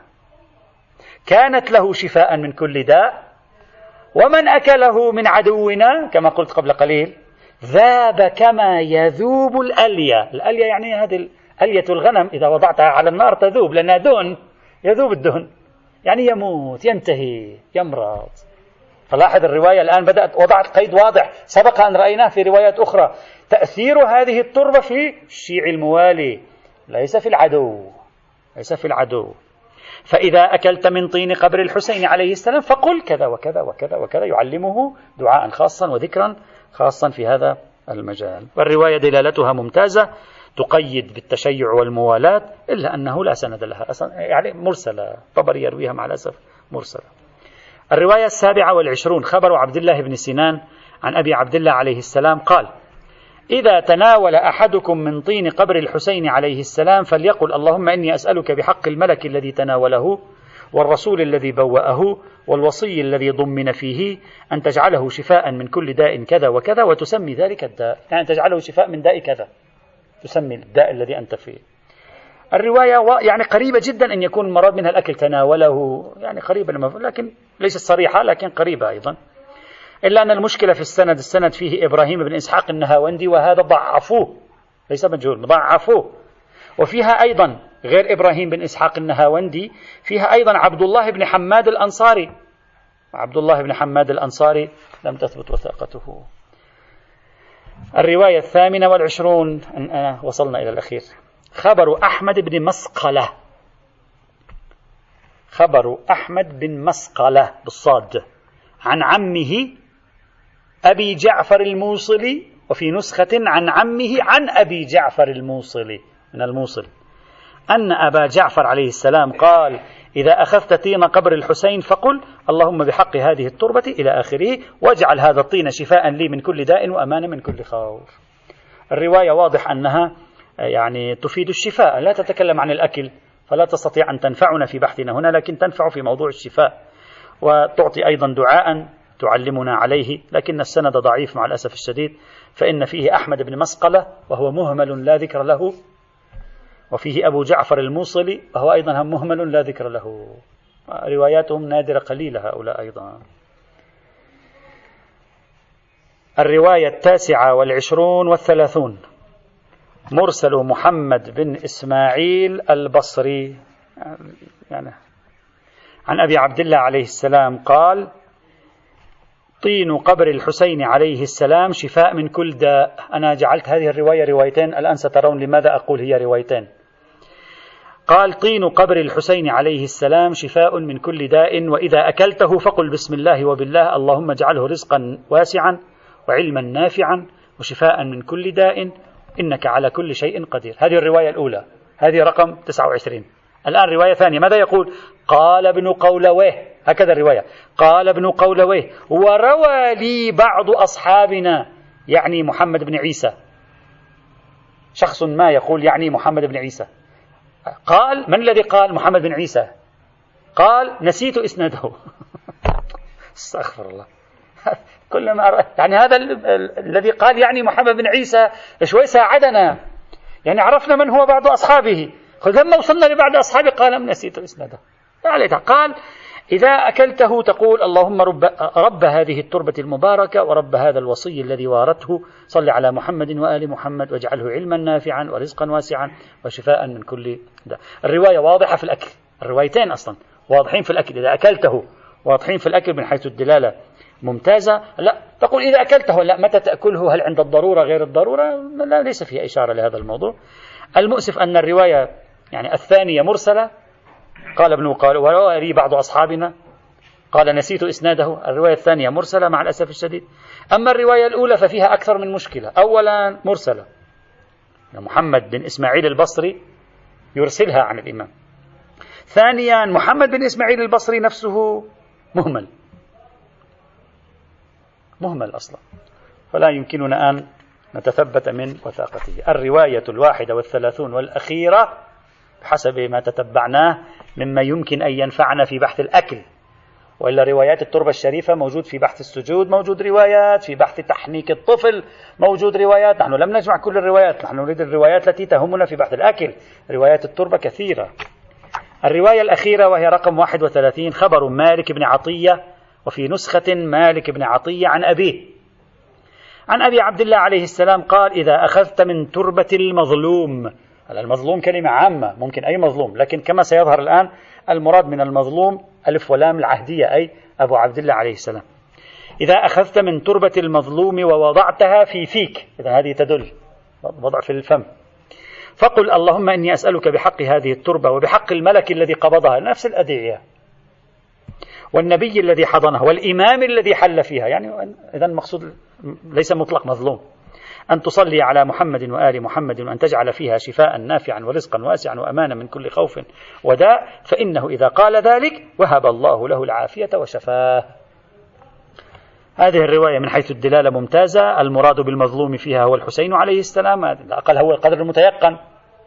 كانت له شفاء من كل داء، ومن أكله من عدونا كما قلت قبل قليل ذاب كما يذوب الألية. الألية يعني هذه ألية الغنم إذا وضعتها على النار تذوب، لأنها دهن، يذوب الدهن، يعني يموت، ينتهي، يمرض. فلاحظ الرواية الآن بدأت وضعت قيد واضح، سبق أن رأيناه في روايات أخرى، تأثير هذه التربة في الشيعي الموالي، ليس في العدو، ليس في العدو. فإذا أكلت من طين قبر الحسين عليه السلام فقل كذا وكذا وكذا وكذا، يعلمه دعاء خاصا وذكرا خاصا في هذا المجال. والرواية دلالتها ممتازة، تقيد بالتشيع والموالاة، إلا أنه لا سند لها، يعني مرسلة، طبري يرويها مع الأسف مرسلة. الرواية السابعة والعشرون خبر عبد الله بن سنان عن أبي عبد الله عليه السلام قال: إذا تناول أحدكم من طين قبر الحسين عليه السلام فليقل اللهم إني أسألك بحق الملك الذي تناوله والرسول الذي بوأه والوصي الذي ضمن فيه أن تجعله شفاء من كل داء كذا وكذا وتسمي ذلك الداء، يعني تجعله شفاء من داء كذا، تسمي الداء الذي أنت فيه. الرواية يعني قريبة جدا أن يكون المراد منها الأكل تناوله، يعني قريبة لكن ليست صريحة لكن قريبة أيضا. إلا أن المشكلة في السند، السند فيه إبراهيم بن إسحاق النهاوندي وهذا ضعفوه، ليس مجهول، ضعفوه. وفيها أيضا غير إبراهيم بن إسحاق النهاوندي فيها أيضا عبد الله بن حماد الأنصاري، عبد الله بن حماد الأنصاري لم تثبت وثاقته. الرواية الثامنة والعشرون، أنا وصلنا إلى الأخير. خبر أحمد بن مسقلة، خبر أحمد بن مسقلة بالصاد عن عمه أبي جعفر الموصلي، وفي نسخة عن عمه عن أبي جعفر الموصلي من الموصل، أن أبا جعفر عليه السلام قال إذا أخذت طين قبر الحسين فقل اللهم بحق هذه التربة إلى آخره واجعل هذا الطين شفاء لي من كل داء وأمان من كل خوف. الرواية واضح أنها يعني تفيد الشفاء، لا تتكلم عن الأكل، فلا تستطيع أن تنفعنا في بحثنا هنا، لكن تنفع في موضوع الشفاء، وتعطي أيضا دعاء تعلمنا عليه، لكن السند ضعيف مع الأسف الشديد، فإن فيه أحمد بن مسقلة وهو مهمل لا ذكر له، وفيه أبو جعفر الموصلي وهو أيضا مهمل لا ذكر له. رواياتهم نادرة قليلة هؤلاء أيضا. الرواية التاسعة والعشرون والثلاثون، مرسل محمد بن إسماعيل البصري يعني عن أبي عبد الله عليه السلام قال طين قبر الحسين عليه السلام شفاء من كل داء. أنا جعلت هذه الرواية روايتين، الآن سترون لماذا أقول هي روايتين. قال طين قبر الحسين عليه السلام شفاء من كل داء، وإذا أكلته فقل بسم الله وبالله اللهم اجعله رزقا واسعا وعلما نافعا وشفاء من كل داء إنك على كل شيء قدير. هذه الرواية الأولى، هذه رقم تسعة وعشرين. الآن رواية ثانية، ماذا يقول؟ قال ابن قولويه، هكذا الرواية، قال ابن قولويه وروى لي بعض أصحابنا، يعني محمد بن عيسى، شخص ما يقول يعني محمد بن عيسى. قال من الذي قال؟ محمد بن عيسى. قال نسيت إسناده. استغفر الله. كلما أرى يعني هذا الذي قال يعني محمد بن عيسى شوي ساعدنا، يعني عرفنا من هو بعض أصحابه. لما وصلنا لبعض أصحابه قال نسيت إسناده. قال إذا أكلته تقول اللهم رب, رب هذه التربة المباركة ورب هذا الوصي الذي وارته، صل على محمد وآل محمد واجعله علما نافعا ورزقا واسعا وشفاء من كل داء. الرواية واضحة في الأكل، الروايتين أصلا واضحين في الأكل، إذا أكلته واضحين في الأكل من حيث الدلالة ممتازة. لا تقول إذا أكلته، لا متى تأكله، هل عند الضرورة غير الضرورة، لا ليس فيها إشارة لهذا الموضوع. المؤسف أن الرواية يعني الثانية مرسلة، قال ابن قال وروى لي بعض أصحابنا، قال نسيت إسناده. الرواية الثانية مرسلة مع الأسف الشديد. أما الرواية الأولى ففيها أكثر من مشكلة. أولا مرسلة، محمد بن إسماعيل البصري يرسلها عن الإمام. ثانيا محمد بن إسماعيل البصري نفسه مهمل، مهمل أصلا، فلا يمكننا أن نتثبت من وثاقته. الرواية الواحدة والثلاثون والأخيرة حسب ما تتبعناه مما يمكن أن ينفعنا في بحث الأكل، وإلا روايات التربة الشريفة موجود في بحث السجود، موجود روايات في بحث تحنيك الطفل، موجود روايات. نحن لم نجمع كل الروايات، نحن نريد الروايات التي تهمنا في بحث الأكل. روايات التربة كثيرة. الرواية الأخيرة وهي رقم واحد وثلاثين، خبر مالك بن عطية، وفي نسخة مالك بن عطية عن أبيه عن أبي عبد الله عليه السلام قال إذا أخذت من تربة المظلوم. المظلوم كلمة عامة، ممكن أي مظلوم، لكن كما سيظهر الآن المراد من المظلوم ألف ولام العهدية، أي أبو عبد الله عليه السلام. إذا أخذت من تربة المظلوم ووضعتها في فيك، إذا هذه تدل وضع في الفم، فقل اللهم إني أسألك بحق هذه التربة وبحق الملك الذي قبضها، نفس الأدعية، والنبي الذي حضنها والإمام الذي حل فيها. يعني إذا المقصود ليس مطلق مظلوم، أن تصلي على محمد وآل محمد وأن تجعل فيها شفاء نافعا ورزقا واسعا وأمانا من كل خوف وداء، فإنه إذا قال ذلك وهب الله له العافية وشفاه. هذه الرواية من حيث الدلالة ممتازة، المراد بالمظلوم فيها هو الحسين عليه السلام، هذا أقل هو القدر المتيقن،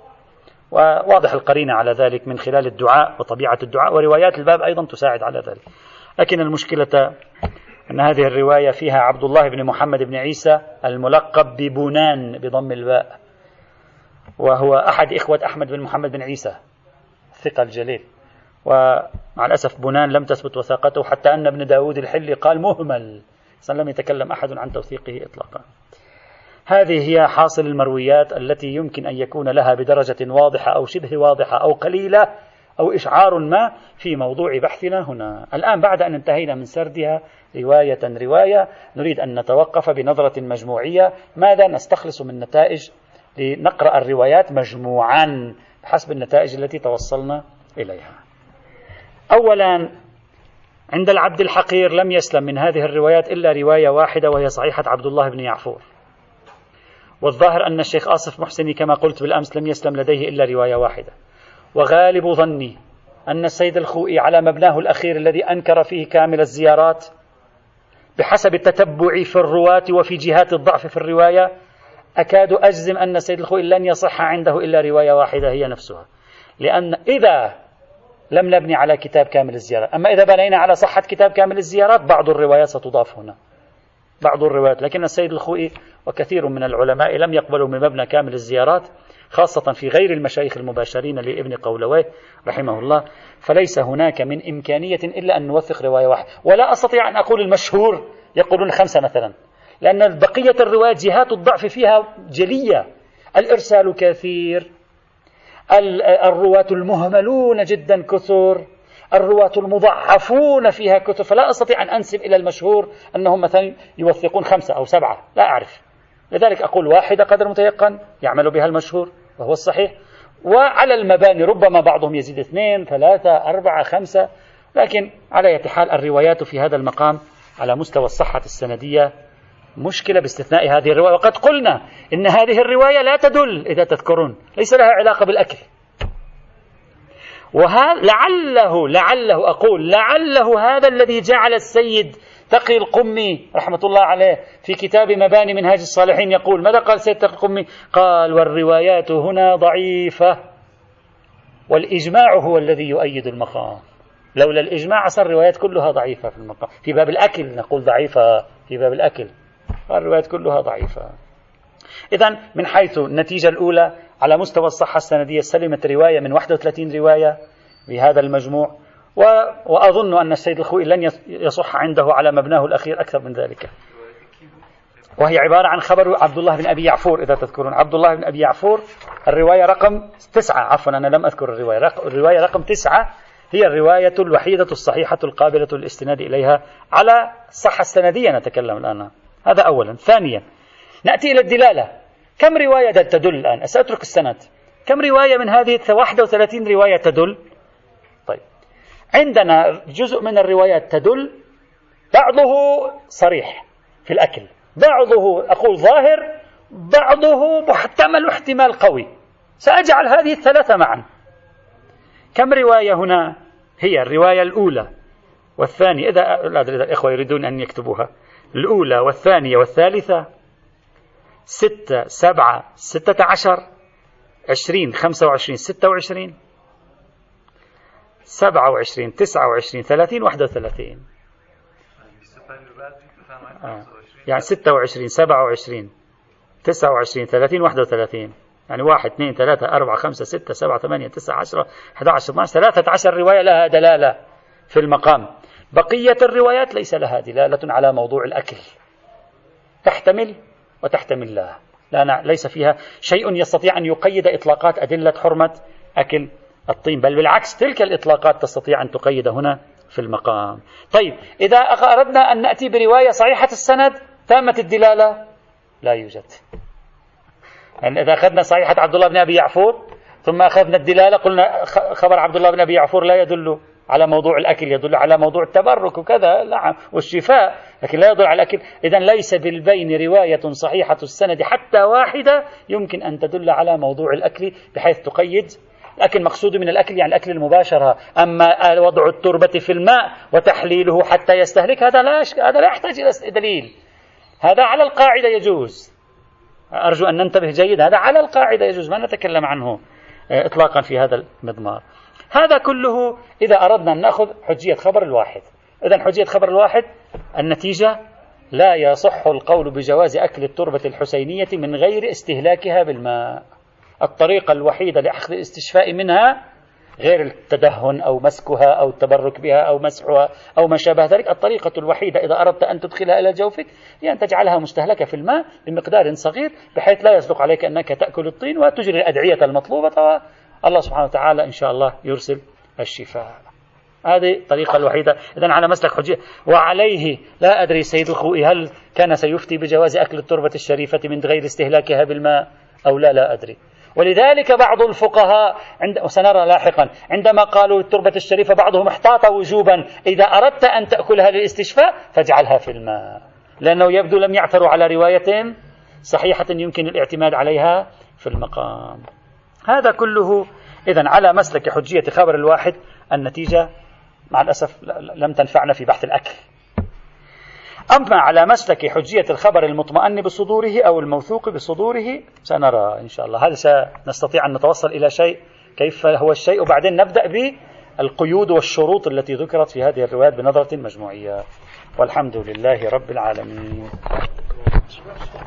وواضح القرينة على ذلك من خلال الدعاء وطبيعة الدعاء، وروايات الباب أيضا تساعد على ذلك. لكن المشكلة أن هذه الرواية فيها عبد الله بن محمد بن عيسى الملقب ببنان بضم الباء، وهو أحد إخوة أحمد بن محمد بن عيسى الثقة الجليل، ومع الأسف بنان لم تثبت وثاقته، حتى أن ابن داود الحلي قال مهمل، لم يتكلم أحد عن توثيقه إطلاقا. هذه هي حاصل المرويات التي يمكن أن يكون لها بدرجة واضحة أو شبه واضحة أو قليلة أو إشعار ما في موضوع بحثنا هنا. الآن بعد أن انتهينا من سردها رواية رواية، نريد أن نتوقف بنظرة مجموعية، ماذا نستخلص من نتائج لنقرأ الروايات مجموعا بحسب النتائج التي توصلنا إليها. أولا، عند العبد الحقير لم يسلم من هذه الروايات إلا رواية واحدة، وهي صحيحة عبد الله بن يعفور، والظاهر أن الشيخ آصف محسني كما قلت بالأمس لم يسلم لديه إلا رواية واحدة، وغالب ظني أن السيد الخوئي على مبناه الأخير الذي أنكر فيه كامل الزيارات بحسب التتبع في الرواة وفي جهات الضعف في الرواية، أكاد أجزم أن السيد الخوئي لن يصح عنده إلا رواية واحدة هي نفسها، لأن إذا لم نبني على كتاب كامل الزيارات، أما إذا بنينا على صحة كتاب كامل الزيارات بعض الروايات ستضاف هنا، بعض الروايات، لكن السيد الخوئي وكثير من العلماء لم يقبلوا من مبنى كامل الزيارات، خاصة في غير المشايخ المباشرين لابن قولويه رحمه الله، فليس هناك من إمكانية إلا أن نوثق رواية واحدة. ولا أستطيع أن أقول المشهور يقولون خمسة مثلا، لأن بقية الروايات جهات الضعف فيها جلية، الإرسال كثير، الرواة المهملون جدا كثر، الرواة المضعفون فيها كثر، فلا أستطيع أن أنسب إلى المشهور أنهم مثلا يوثقون خمسة أو سبعة، لا أعرف. لذلك أقول واحدة قدر متيقن يعمل بها المشهور وهو الصحيح، وعلى المباني ربما بعضهم يزيد اثنين ثلاثة أربعة خمسة، لكن على أي حال الروايات في هذا المقام على مستوى الصحة السندية مشكلة باستثناء هذه الرواية. وقد قلنا إن هذه الرواية لا تدل، إذا تذكرون، ليس لها علاقة بالأكل، وهذا لعله لعله أقول لعله هذا الذي جعل السيد تقي القمي رحمة الله عليه في كتاب مباني منهاج الصالحين يقول، ماذا قال سيد تقي القمي؟ قال: والروايات هنا ضعيفة والإجماع هو الذي يؤيد المقام. لولا الإجماع صار الروايات كلها ضعيفة في المقام. في باب الأكل نقول ضعيفة، في باب الأكل الروايات كلها ضعيفة. إذن من حيث النتيجة الأولى على مستوى الصحة السندية سلمت رواية من واحد وثلاثين رواية بهذا المجموع، و... وأظن أن السيد الخوئي لن يصح عنده على مبناه الأخير أكثر من ذلك، وهي عبارة عن خبر عبد الله بن أبي يعفور. إذا تذكرون عبد الله بن أبي يعفور، الرواية رقم تسعة، عفوا أنا لم أذكر الرواية، رق... الرواية رقم تسعة هي الرواية الوحيدة الصحيحة القابلة للاستناد إليها على الصحة السندية نتكلم الآن. هذا أولا. ثانيا نأتي إلى الدلالة. كم رواية تدل الآن؟ سأترك السند. كم رواية من هذه واحد وثلاثين رواية تدل؟ طيب، عندنا جزء من الروايات تدل، بعضه صريح في الأكل، بعضه أقول ظاهر، بعضه محتمل احتمال قوي. سأجعل هذه الثلاثة معا. كم رواية هنا؟ هي الرواية الأولى والثانية، إذا الإخوة يريدون أن يكتبوها، الأولى والثانية والثالثة، ستة سبعة ستة عشر عشرين خمسة وعشرين ستة وعشرين سبعة وعشرين تسعة وعشرين ثلاثين واحد وثلاثين، آه. يعني ستة وعشرين سبعة وعشرين تسعة وعشرين ثلاثين واحد وثلاثين، يعني واحد اثنين ثلاثة أربعة خمسة ستة سبعة ثمانية تسعة عشرة أحد عشر اثنا عشر ثلاثة عشر رواية لها دلالة في المقام. بقية الروايات ليس لها دلالة على موضوع الأكل، تحتمل وتحتمل لا لا ليس فيها شيء يستطيع أن يقيد إطلاقات أدلة حرمة أكل الطين، بل بالعكس تلك الإطلاقات تستطيع أن تقيد هنا في المقام. طيب، إذا أردنا أن نأتي برواية صحيحة السند تامة الدلالة لا يوجد. يعني إذا أخذنا صحيحة عبد الله بن أبي يعفور ثم أخذنا الدلالة، قلنا خبر عبد الله بن أبي يعفور لا يدل على موضوع الأكل، يدل على موضوع التبرك وكذا نعم والشفاء، لكن لا يدل على الأكل. إذن ليس بالبين رواية صحيحة السند حتى واحدة يمكن أن تدل على موضوع الأكل بحيث تقيد الأكل مقصود من الأكل يعني الأكل المباشرة، أما وضع التربة في الماء وتحليله حتى يستهلك هذا لا هذا لا يحتاج إلى دليل، هذا على القاعدة يجوز. أرجو أن ننتبه جيد، هذا على القاعدة يجوز، ما نتكلم عنه إطلاقا في هذا المضمار. هذا كله إذا أردنا أن نأخذ حجية خبر الواحد. إذن حجية خبر الواحد النتيجة لا يصح القول بجواز أكل التربة الحسينية من غير استهلاكها بالماء. الطريقة الوحيدة لأخذ الاستشفاء منها غير التدهن أو مسكها أو التبرك بها أو مسحها أو ما شابه ذلك، الطريقة الوحيدة إذا أردت أن تدخلها إلى جوفك هي أن تجعلها مستهلكة في الماء بمقدار صغير بحيث لا يصدق عليك أنك تأكل الطين وتجري الأدعية المطلوبة، والله سبحانه وتعالى إن شاء الله يرسل الشفاء. هذه الطريقة الوحيدة. إذن على مسلك حجية. وعليه لا أدري سيد الخوئي هل كان سيفتي بجواز أكل التربة الشريفة من غير استهلاكها بالماء أو لا، لا أدري. ولذلك بعض الفقهاء عند وسنرى لاحقا عندما قالوا التربة الشريفة بعضهم احتاط وجوبا إذا أردت أن تأكلها للاستشفاء فاجعلها في الماء، لأنه يبدو لم يعثروا على رواية صحيحة يمكن الاعتماد عليها في المقام. هذا كله إذن على مسلك حجية خبر الواحد النتيجة مع الأسف لم تنفعنا في بحث الأكل. أما على مسلك حجية الخبر المطمئن بصدوره أو الموثوق بصدوره سنرى إن شاء الله. هذا سنستطيع أن نتوصل إلى شيء كيف هو الشيء، وبعدين نبدأ بالقيود والشروط التي ذكرت في هذه الروايات بنظرة مجموعية. والحمد لله رب العالمين.